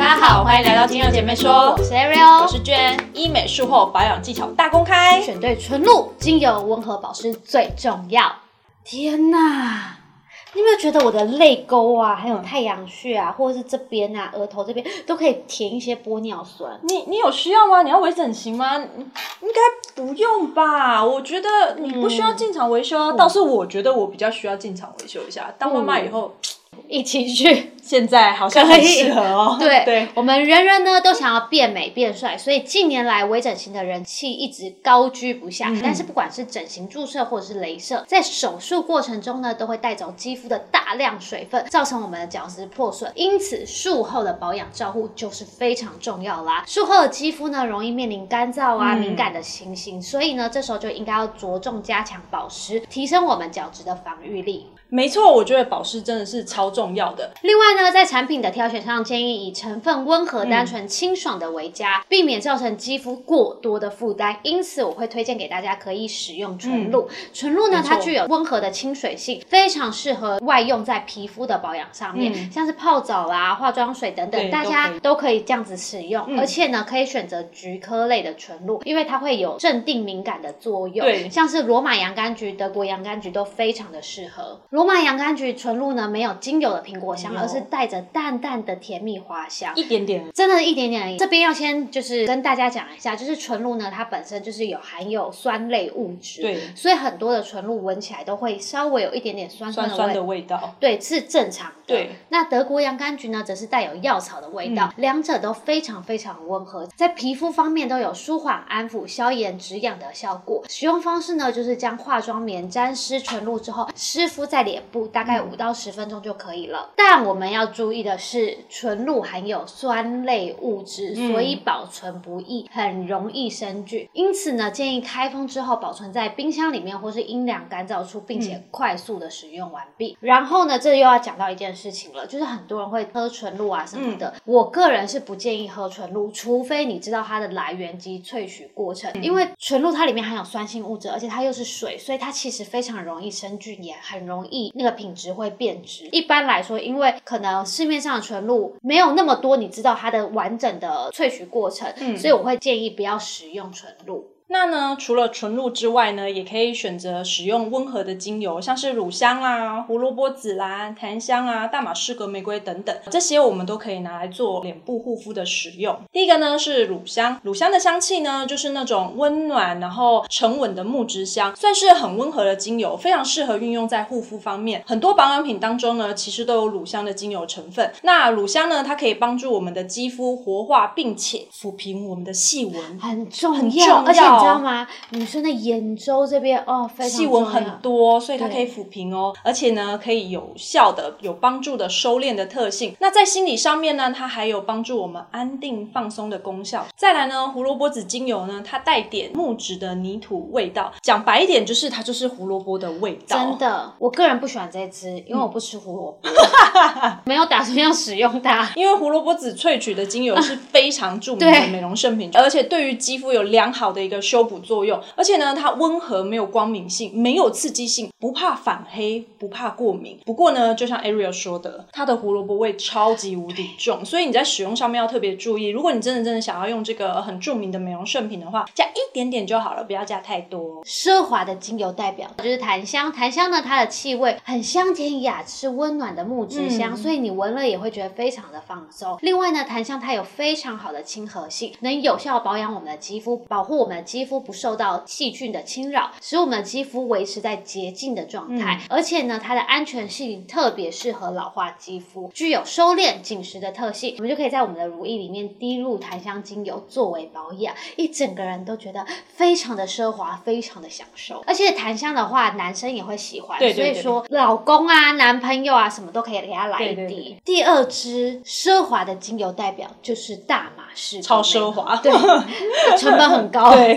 大家好，欢迎来到精油姐妹说， 我是 Ariel， 我是娟。医美术后保养技巧大公开， 选对纯露精油，温和保湿最重要。天哪！你有没有觉得我的泪沟啊，还有太阳穴啊，或者是这边啊，额头这边都可以填一些玻尿酸？ 你有需要吗？你要微整形吗？应该不用吧？我觉得你不需要进场维修啊。倒是我觉得我比较需要进场维修一下。当妈妈以后， 一起去。 现在好像很适合哦。 对，我们人人呢都想要变美变帅，所以近年来微整形的人气一直高居不下。但是不管是整形注射或者是雷射，在手术过程中呢，都会带走肌肤的大量水分，造成我们的角质破损。因此，术后的保养照护就是非常重要啦。术后的肌肤呢，容易面临干燥啊、敏感的情形，所以呢，这时候就应该要着重加强保湿，提升我们角质的防御力。 没错，我觉得保湿真的是超重要的。 另外呢，在产品的挑选上，建议以成分温和、单纯、清爽的为佳，避免造成肌肤过多的负担。因此，我会推荐给大家可以使用纯露。纯露呢，它具有温和的亲水性，非常适合外用在皮肤的保养上面，像是泡澡啦、化妆水等等，大家都可以这样子使用。而且呢，可以选择菊科类的纯露，因为它会有镇定敏感的作用。对，像是罗马洋甘菊、德国洋甘菊都非常的适合。罗马洋甘菊纯露呢，没有精油的苹果香，而是带着淡淡的甜蜜花香， 一点点， 真的一点点而已。这边要先就是跟大家讲一下，就是纯露呢，它本身就是含有酸类物质，对，所以很多的纯露闻起来都会稍微有一点点酸的味道，对，是正常的。对，那德国洋甘菊呢，则是带有药草的味道，两者都非常非常温和，在皮肤方面都有舒缓、安抚、消炎、止痒的效果。使用方式呢，就是将化妆棉沾湿纯露之后，湿敷在脸部，大概5到10分钟就可以了。但我们要注意的是，纯露含有酸类物质，所以保存不易，很容易生菌。因此呢，建议开封之后保存在冰箱里面或是阴凉干燥处，并且快速的使用完毕。然后呢，这又要讲到一件事情了，就是很多人会喝纯露啊什么的，我个人是不建议喝纯露，除非你知道它的来源及萃取过程，因为纯露它里面含有酸性物质，而且它又是水，所以它其实非常容易生菌，也很容易那个品质会变质。一般来说，因为可能市面上的纯露没有那么多你知道它的完整的萃取过程，所以我会建议不要使用纯露。 那呢，除了纯露之外呢，也可以选择使用温和的精油，像是乳香啦、胡萝卜籽啦、檀香啊、大马士革玫瑰等等，这些我们都可以拿来做脸部护肤的使用。第一个呢是乳香，乳香的香气呢就是那种温暖然后沉稳的木质香，算是很温和的精油，非常适合运用在护肤方面。很多保养品当中呢，其实都有乳香的精油成分。那乳香呢，它可以帮助我们的肌肤活化，并且抚平我们的细纹， 很重要，而且你知道吗？女生的眼周这边非常细纹很多，所以它可以抚平哦，而且呢可以有效的有帮助的收敛的特性。那在心理上面呢，它还有帮助我们安定放松的功效。再来呢，胡萝卜籽精油呢，它带点木质的泥土味道，讲白一点就是它就是胡萝卜的味道。 真的，我个人不喜欢这支，因为我不吃胡萝卜没有打算要使用它。 因为胡萝卜籽萃取的精油是非常著名的美容圣品而且对于肌肤有良好的一个修补作用，而且呢它温和，没有光敏性，没有刺激性，不怕反黑，不怕过敏。不过呢，就像 Ariel 说的，它的胡萝卜味超级无敌重，所以你在使用上面要特别注意。如果你真的想要用这个很著名的美容圣品的话，加一点点就好了，不要加太多。 奢华的精油代表就是檀香，檀香呢它的气味很香甜雅，是温暖的木质香，所以你闻了也会觉得非常的放松。另外呢，檀香它有非常好的亲和性，能有效保养我们的肌肤，保护我们的肌肤不受到细菌的侵扰，使我们的肌肤维持在洁净的状态。而且呢，它的安全性特别适合老化肌肤，具有收敛紧实的特性。我们就可以在我们的乳液里面滴入檀香精油作为保养，一整个人都觉得非常的奢华，非常的享受。而且檀香的话，男生也会喜欢，对，所以说老公啊、男朋友啊什么都可以给他来一滴。第二支奢华的精油代表就是大马士革， 超奢华， 对，成本很高。 对，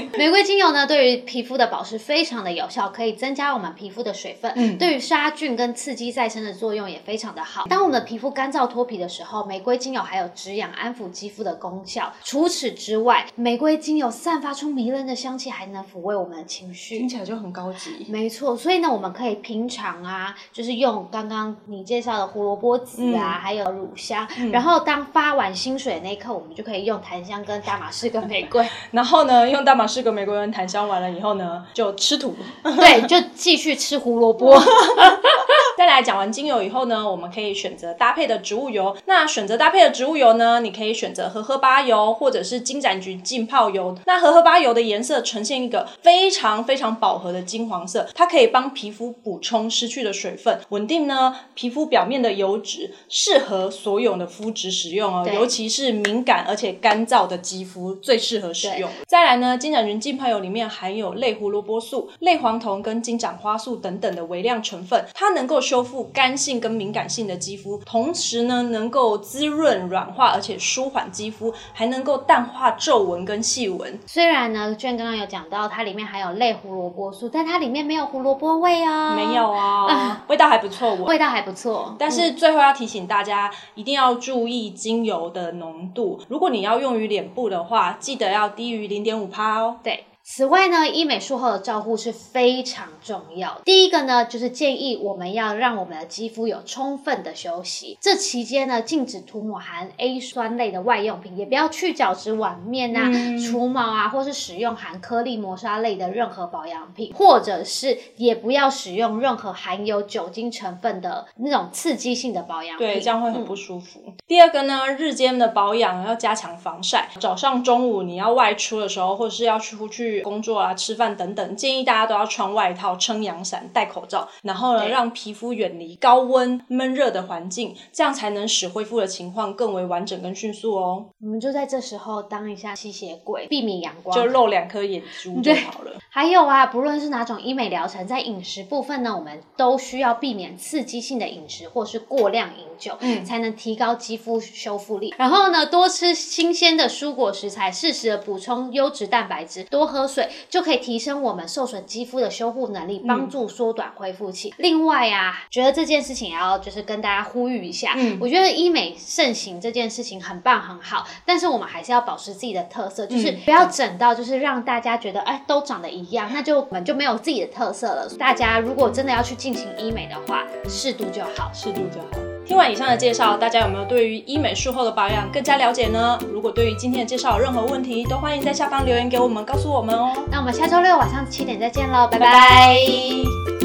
玫瑰精油呢，对于皮肤的保湿非常的有效，可以增加我们皮肤的水分，对于杀菌跟刺激再生的作用也非常的好。当我们的皮肤干燥脱皮的时候，玫瑰精油还有止痒安抚肌肤的功效。除此之外，玫瑰精油散发出迷人的香气，还能抚慰我们的情绪， 听起来就很高级。 没错，所以呢，我们可以平常啊，就是用刚刚你介绍的胡萝卜籽啊，还有乳香，然后当发完薪水的那一刻，我们就可以用檀香跟大马士革玫瑰， 然后呢，用大马士革玫瑰跟檀香完了以后呢，就吃土， 对，就继续吃胡萝卜。 再来讲完精油以后呢，我们可以选择搭配的植物油。那选择搭配的植物油呢，你可以选择荷荷巴油或者是金盏菊浸泡油。那荷荷巴油的颜色呈现一个非常非常饱和的金黄色，它可以帮皮肤补充失去的水分，稳定呢皮肤表面的油脂，适合所有的肤质使用哦，尤其是敏感而且干燥的肌肤最适合使用。再来呢，金盏菊浸泡油里面含有类胡萝卜素、类黄酮跟金盏花素等等的微量成分，它能够修复干性跟敏感性的肌肤，同时呢能够滋润软化而且舒缓肌肤，还能够淡化皱纹跟细纹。 虽然呢娟刚刚有讲到它里面含有类胡萝卜素，但它里面没有胡萝卜味哦。 没有啊，味道还不错， 味道还不错。 但是最后要提醒大家，一定要注意精油的浓度，如果你要用于脸部的话，记得要低于 0.5% 哦。 对。此外呢，医美术后的照护是非常重要的。第一个呢，就是建议我们要让我们的肌肤有充分的休息。这期间呢，禁止涂抹含 A 酸类的外用品，也不要去角质碗面啊、除毛啊，或是使用含颗粒磨砂类的任何保养品，或者是也不要使用任何含有酒精成分的那种刺激性的保养品。 对，这样会很不舒服。第二个呢，日间的保养要加强防晒。早上、中午你要外出的时候，或者是要出去工作啊、吃饭等等，建议大家都要穿外套、撑阳伞、戴口罩，然后呢，让皮肤远离高温、闷热的环境，这样才能使恢复的情况更为完整跟迅速哦。 我们就在这时候当一下吸血鬼，避免阳光， 就露2颗眼珠就好了。 还有啊，不论是哪种医美疗程，在饮食部分呢，我们都需要避免刺激性的饮食或是过量饮酒，才能提高肌肤修复力。然后呢，多吃新鲜的蔬果食材，适时的补充优质蛋白质，多喝水，就可以提升我们受损肌肤的修护能力，帮助缩短恢复期。另外啊，觉得这件事情也要就是跟大家呼吁一下，我觉得医美盛行这件事情很棒很好，但是我们还是要保持自己的特色，就是不要整到就是让大家觉得都长得一样，那就我们就没有自己的特色了。大家如果真的要去进行医美的话，适度就好， 适度就好。听完以上的介绍，大家有没有对于医美术后的保养更加了解呢？如果对于今天的介绍有任何问题，都欢迎在下方留言给我们，告诉我们哦。 那我们下周6晚上7点再见咯，拜拜。